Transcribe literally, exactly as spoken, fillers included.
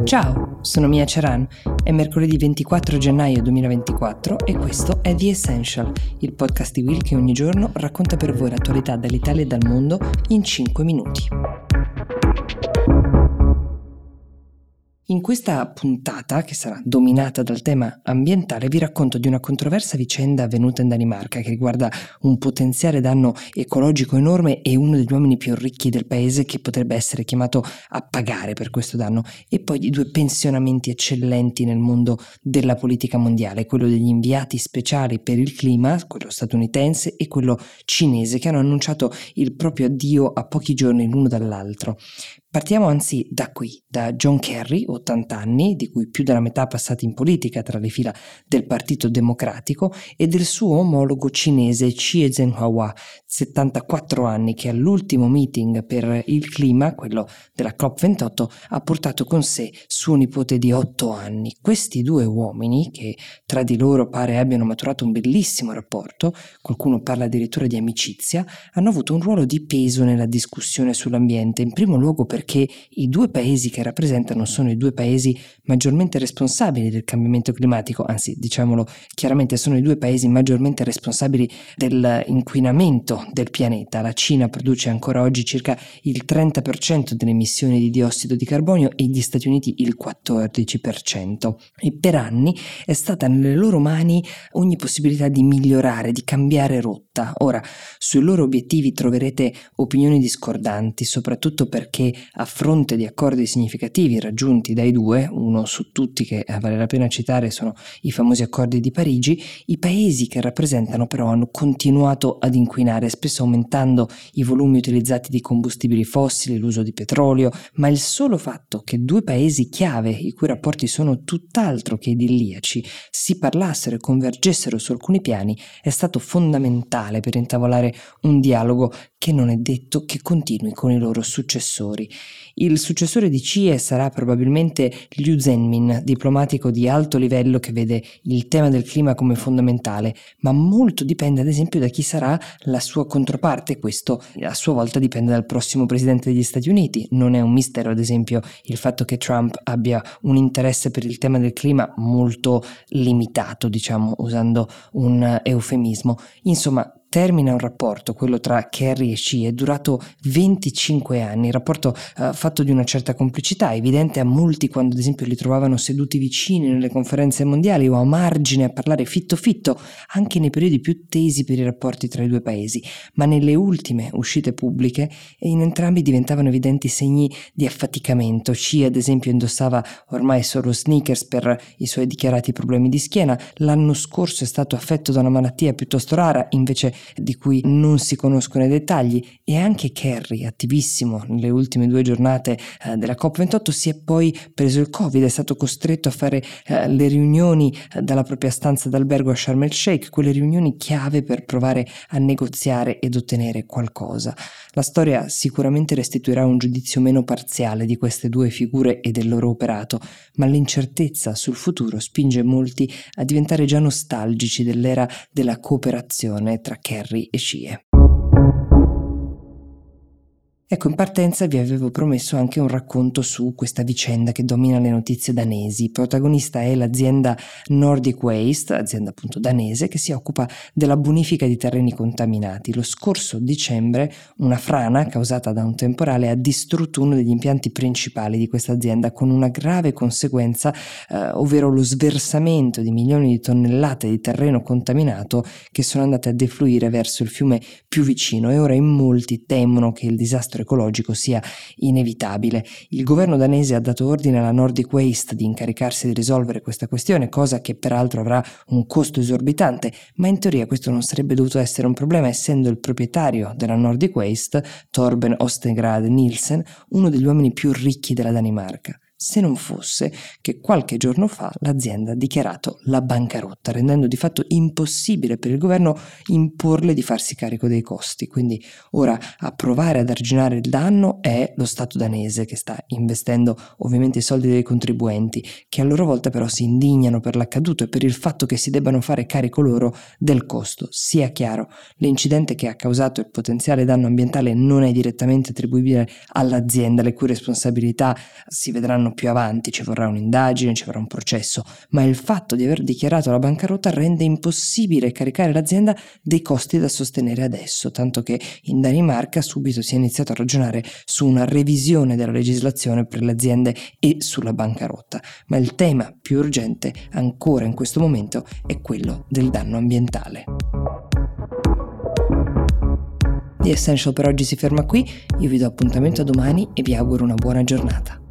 Ciao, sono Mia Ceran, è mercoledì ventiquattro gennaio duemilaventiquattro e questo è The Essential, il podcast di Will che ogni giorno racconta per voi l'attualità dall'Italia e dal mondo in cinque minuti. In questa puntata, che sarà dominata dal tema ambientale, vi racconto di una controversa vicenda avvenuta in Danimarca che riguarda un potenziale danno ecologico enorme e uno degli uomini più ricchi del paese che potrebbe essere chiamato a pagare per questo danno, e poi di due pensionamenti eccellenti nel mondo della politica mondiale, quello degli inviati speciali per il clima, quello statunitense e quello cinese, che hanno annunciato il proprio addio a pochi giorni l'uno dall'altro. Partiamo anzi da qui, da John Kerry, ottanta anni, di cui più della metà passati in politica tra le fila del Partito Democratico, e del suo omologo cinese Xie Zhenhua, settantaquattro anni, che all'ultimo meeting per il clima, quello della COP ventotto, ha portato con sé suo nipote di otto anni. Questi due uomini, che tra di loro pare abbiano maturato un bellissimo rapporto, qualcuno parla addirittura di amicizia, hanno avuto un ruolo di peso nella discussione sull'ambiente, in primo luogo perché perché i due paesi che rappresentano sono i due paesi maggiormente responsabili del cambiamento climatico, anzi, diciamolo chiaramente, sono i due paesi maggiormente responsabili dell'inquinamento del pianeta. La Cina produce ancora oggi circa il trenta per cento delle emissioni di diossido di carbonio e gli Stati Uniti il quattordici per cento. E per anni è stata nelle loro mani ogni possibilità di migliorare, di cambiare rotta. Ora, sui loro obiettivi troverete opinioni discordanti, soprattutto perché a fronte di accordi significativi raggiunti dai due, uno su tutti che vale la pena citare sono i famosi accordi di Parigi, i paesi che rappresentano però hanno continuato ad inquinare, spesso aumentando i volumi utilizzati di combustibili fossili, l'uso di petrolio, ma il solo fatto che due paesi chiave, i cui rapporti sono tutt'altro che idilliaci, si parlassero e convergessero su alcuni piani è stato fondamentale per intavolare un dialogo che non è detto che continui con i loro successori. Il successore di Xie sarà probabilmente Liu Zhenmin, diplomatico di alto livello che vede il tema del clima come fondamentale, ma molto dipende ad esempio da chi sarà la sua controparte. Questo a sua volta dipende dal prossimo presidente degli Stati Uniti. Non è un mistero ad esempio il fatto che Trump abbia un interesse per il tema del clima molto limitato, diciamo, usando un eufemismo. Insomma, termina un rapporto, quello tra Kerry e Xie, è durato venticinque anni, rapporto uh, fatto di una certa complicità, evidente a molti quando ad esempio li trovavano seduti vicini nelle conferenze mondiali o a margine a parlare fitto fitto, anche nei periodi più tesi per i rapporti tra i due paesi, ma nelle ultime uscite pubbliche in entrambi diventavano evidenti segni di affaticamento. Xie ad esempio indossava ormai solo sneakers per i suoi dichiarati problemi di schiena, l'anno scorso è stato affetto da una malattia piuttosto rara, invece di cui non si conoscono i dettagli, e anche Kerry, attivissimo nelle ultime due giornate eh, della COP ventotto, si è poi preso il Covid, è stato costretto a fare eh, le riunioni eh, dalla propria stanza d'albergo a Sharm el Sheikh, quelle riunioni chiave per provare a negoziare ed ottenere qualcosa. La storia sicuramente restituirà un giudizio meno parziale di queste due figure e del loro operato, ma l'incertezza sul futuro spinge molti a diventare già nostalgici dell'era della cooperazione tra Kerry e Xie. Ecco, in partenza vi avevo promesso anche un racconto su questa vicenda che domina le notizie danesi. Protagonista è l'azienda Nordic Waste, azienda appunto danese, che si occupa della bonifica di terreni contaminati. Lo scorso dicembre una frana causata da un temporale ha distrutto uno degli impianti principali di questa azienda, con una grave conseguenza, eh, ovvero lo sversamento di milioni di tonnellate di terreno contaminato che sono andate a defluire verso il fiume più vicino, e ora in molti temono che il disastro ecologico sia inevitabile. Il governo danese ha dato ordine alla Nordic Waste di incaricarsi di risolvere questa questione, cosa che peraltro avrà un costo esorbitante, ma in teoria questo non sarebbe dovuto essere un problema, essendo il proprietario della Nordic Waste, Torben Østergaard Nielsen, uno degli uomini più ricchi della Danimarca. Se non fosse che qualche giorno fa l'azienda ha dichiarato la bancarotta, rendendo di fatto impossibile per il governo imporle di farsi carico dei costi. Quindi ora a provare ad arginare il danno è lo Stato danese, che sta investendo ovviamente i soldi dei contribuenti, che a loro volta però si indignano per l'accaduto e per il fatto che si debbano fare carico loro del costo. Sia chiaro, l'incidente che ha causato il potenziale danno ambientale non è direttamente attribuibile all'azienda, le cui responsabilità si vedranno andranno più avanti, ci vorrà un'indagine, ci vorrà un processo, ma il fatto di aver dichiarato la bancarotta rende impossibile caricare l'azienda dei costi da sostenere adesso, tanto che in Danimarca subito si è iniziato a ragionare su una revisione della legislazione per le aziende e sulla bancarotta. Ma il tema più urgente ancora in questo momento è quello del danno ambientale. The Essential per oggi si ferma qui, io vi do appuntamento a domani e vi auguro una buona giornata.